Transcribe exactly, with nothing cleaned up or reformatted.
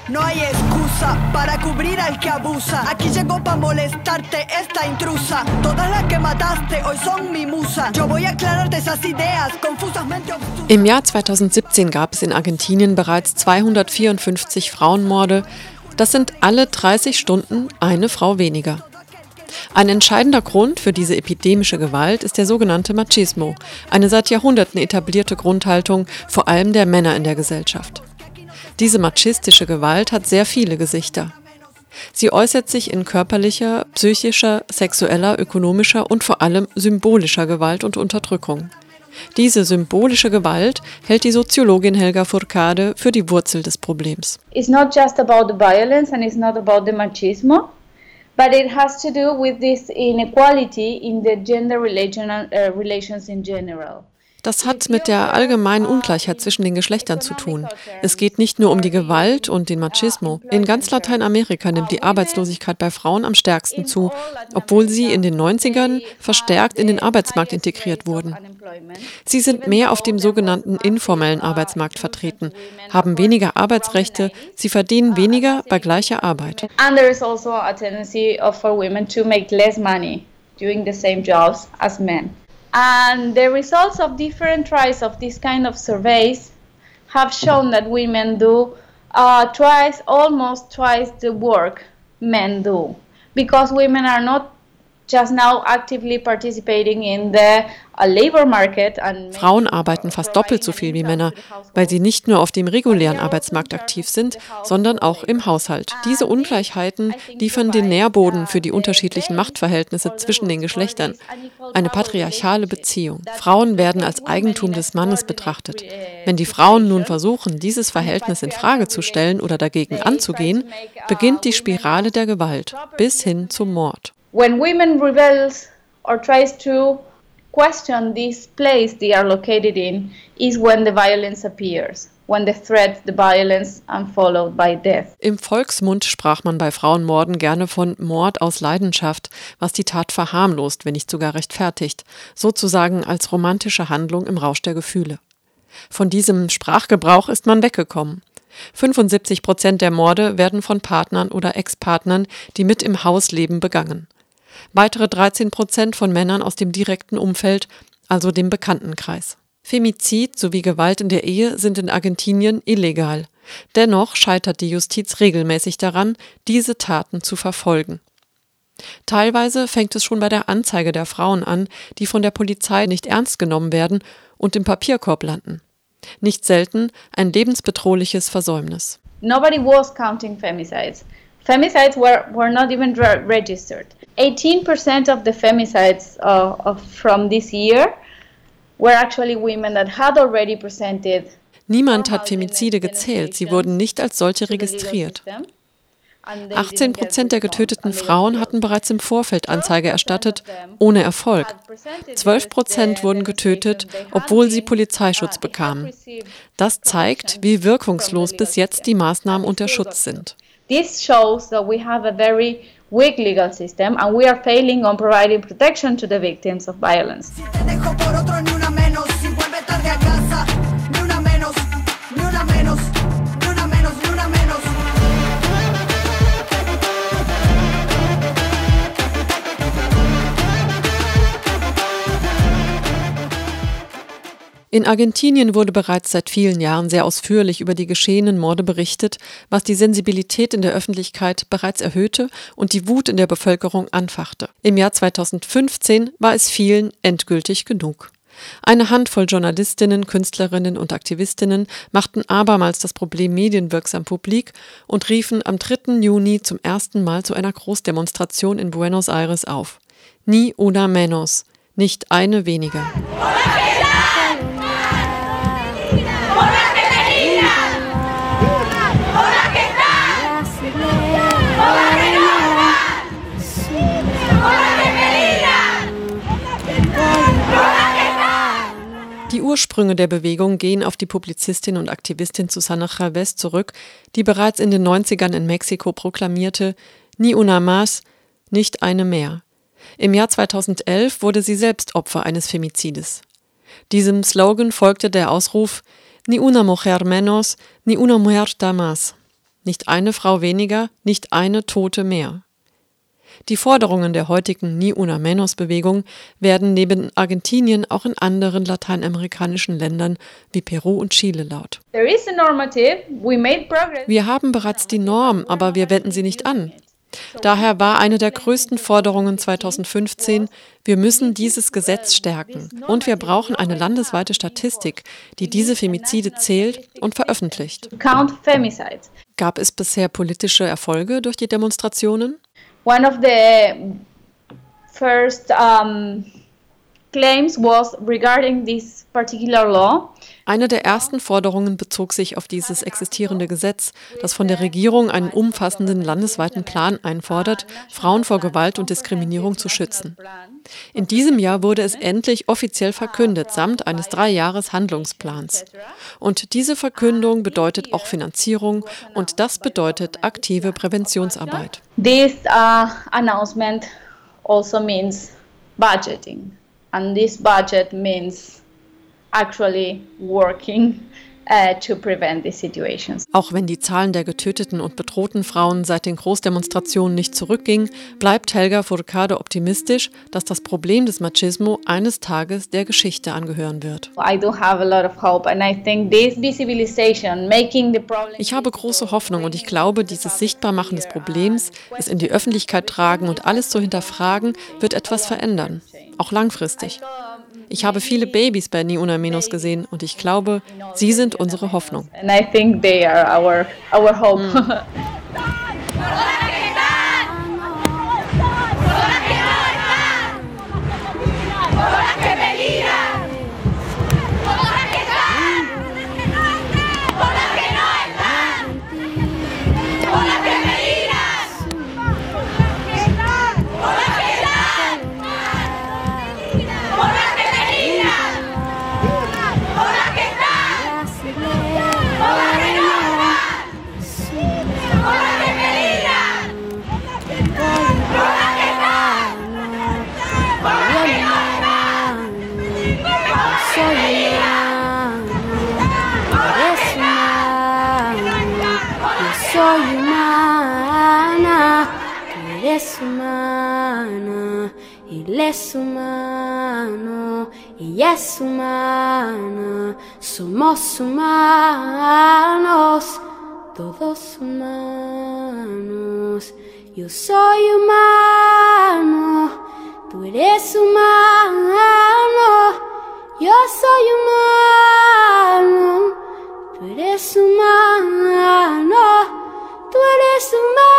No hay excusa para cubrir al que abusa. Aquí llegó pa' molestarte esta intrusa. Todas las que mataste hoy son mi musa. Yo voy a aclararte esas ideas confusamente obtusas. Im Jahr zweitausendsiebzehn gab es in Argentinien bereits zweihundertvierundfünfzig Frauenmorde. Das sind alle dreißig Stunden eine Frau weniger. Ein entscheidender Grund für diese epidemische Gewalt ist der sogenannte Machismo, eine seit Jahrhunderten etablierte Grundhaltung, vor allem der Männer in der Gesellschaft. Diese machistische Gewalt hat sehr viele Gesichter. Sie äußert sich in körperlicher, psychischer, sexueller, ökonomischer und vor allem symbolischer Gewalt und Unterdrückung. Diese symbolische Gewalt hält die Soziologin Helga Fourcade für die Wurzel des Problems. It's not just about the violence and it's not about the machismo, but it has to do with this inequality in the gender relation, uh, relations in general. Das hat mit der allgemeinen Ungleichheit zwischen den Geschlechtern zu tun. Es geht nicht nur um die Gewalt und den Machismo. In ganz Lateinamerika nimmt die Arbeitslosigkeit bei Frauen am stärksten zu, obwohl sie in den neunzigern verstärkt in den Arbeitsmarkt integriert wurden. Sie sind mehr auf dem sogenannten informellen Arbeitsmarkt vertreten, haben weniger Arbeitsrechte, sie verdienen weniger bei gleicher Arbeit. And there is also a tendency of for women to make less money doing the same jobs as men. And the results of different tries of this kind of surveys have shown that women do uh, twice, almost twice the work men do, because women are not just now actively participating in the uh, labor market. And Frauen arbeiten fast doppelt so viel wie Männer, weil sie nicht nur auf dem regulären Arbeitsmarkt aktiv sind, sondern auch im Haushalt. Diese Ungleichheiten liefern den Nährboden für die unterschiedlichen Machtverhältnisse zwischen den Geschlechtern. Eine patriarchale Beziehung. Frauen werden als Eigentum des Mannes betrachtet. Wenn die Frauen nun versuchen, dieses Verhältnis in Frage zu stellen oder dagegen anzugehen, beginnt die Spirale der Gewalt bis hin zum Mord. When women rebels or tries to question this place they are located in is when the violence appears, when the threat, the violence and followed by death. Im Volksmund sprach man bei Frauenmorden gerne von Mord aus Leidenschaft, was die Tat verharmlost, wenn nicht sogar rechtfertigt, sozusagen als romantische Handlung im Rausch der Gefühle. Von diesem Sprachgebrauch ist man weggekommen. fünfundsiebzig Prozent der Morde werden von Partnern oder Ex-Partnern, die mit im Haus leben, begangen. Weitere dreizehn Prozent von Männern aus dem direkten Umfeld, also dem Bekanntenkreis. Femizid sowie Gewalt in der Ehe sind in Argentinien illegal. Dennoch scheitert die Justiz regelmäßig daran, diese Taten zu verfolgen. Teilweise fängt es schon bei der Anzeige der Frauen an, die von der Polizei nicht ernst genommen werden und im Papierkorb landen. Nicht selten ein lebensbedrohliches Versäumnis. Nobody was counting femicides. Femicides were, were not even re- registered. eighteen percent of the femicides uh, of, from this year were actually women that had already presented. Niemand hat Femizide gezählt, sie wurden nicht als solche registriert. achtzehn Prozent der getöteten Frauen hatten bereits im Vorfeld Anzeige erstattet, ohne Erfolg. zwölf Prozent wurden getötet, obwohl sie Polizeischutz bekamen. Das zeigt, wie wirkungslos bis jetzt die Maßnahmen und der Schutz sind. This shows that we have a very weak legal system and we are failing on providing protection to the victims of violence. In Argentinien wurde bereits seit vielen Jahren sehr ausführlich über die geschehenen Morde berichtet, was die Sensibilität in der Öffentlichkeit bereits erhöhte und die Wut in der Bevölkerung anfachte. Im Jahr zweitausendfünfzehn war es vielen endgültig genug. Eine Handvoll Journalistinnen, Künstlerinnen und Aktivistinnen machten abermals das Problem medienwirksam publik und riefen am dritten Juni zum ersten Mal zu einer Großdemonstration in Buenos Aires auf. Ni una menos, nicht eine weniger. Die Ursprünge der Bewegung gehen auf die Publizistin und Aktivistin Susana Chavez zurück, die bereits in den neunzigern in Mexiko proklamierte, Ni una más, nicht eine mehr. Im Jahr zweitausendelf wurde sie selbst Opfer eines Femizides. Diesem Slogan folgte der Ausruf Ni una mujer menos, ni una muerta más. Nicht eine Frau weniger, nicht eine Tote mehr. Die Forderungen der heutigen Ni Una Menos-Bewegung werden neben Argentinien auch in anderen lateinamerikanischen Ländern wie Peru und Chile laut. Wir haben bereits die Norm, aber wir wenden sie nicht an. Daher war eine der größten Forderungen zweitausendfünfzehn, wir müssen dieses Gesetz stärken und wir brauchen eine landesweite Statistik, die diese Femizide zählt und veröffentlicht. Gab es bisher politische Erfolge durch die Demonstrationen? One of the first um, claims was regarding this particular law. Eine der ersten Forderungen bezog sich auf dieses existierende Gesetz, das von der Regierung einen umfassenden landesweiten Plan einfordert, Frauen vor Gewalt und Diskriminierung zu schützen. In diesem Jahr wurde es endlich offiziell verkündet, samt eines drei Jahres Handlungsplans. Und diese Verkündung bedeutet auch Finanzierung und das bedeutet aktive Präventionsarbeit. This uh, announcement also means budgeting, and this budget means actually working uh, to prevent these situations. Auch wenn die Zahlen der getöteten und bedrohten Frauen seit den Großdemonstrationen nicht zurückgingen, bleibt Helga Furcade optimistisch, dass das Problem des Machismo eines Tages der Geschichte angehören wird. I do have a lot of hope and I think this visibilization, making the problem. Ich habe große Hoffnung und ich glaube, dieses Sichtbarmachen des Problems, es in die Öffentlichkeit tragen und alles zu hinterfragen, wird etwas verändern, auch langfristig. Ich habe viele Babys bei Ni Una Menos gesehen und ich glaube, sie sind unsere Hoffnung. And I think they are our our hope. Mm. Soy humana, tú eres humana, él es humano, ella es humana, somos humanos, todos humanos. Yo soy humano, tú eres humano, yo soy humano, tú eres humano. Tú eres humano.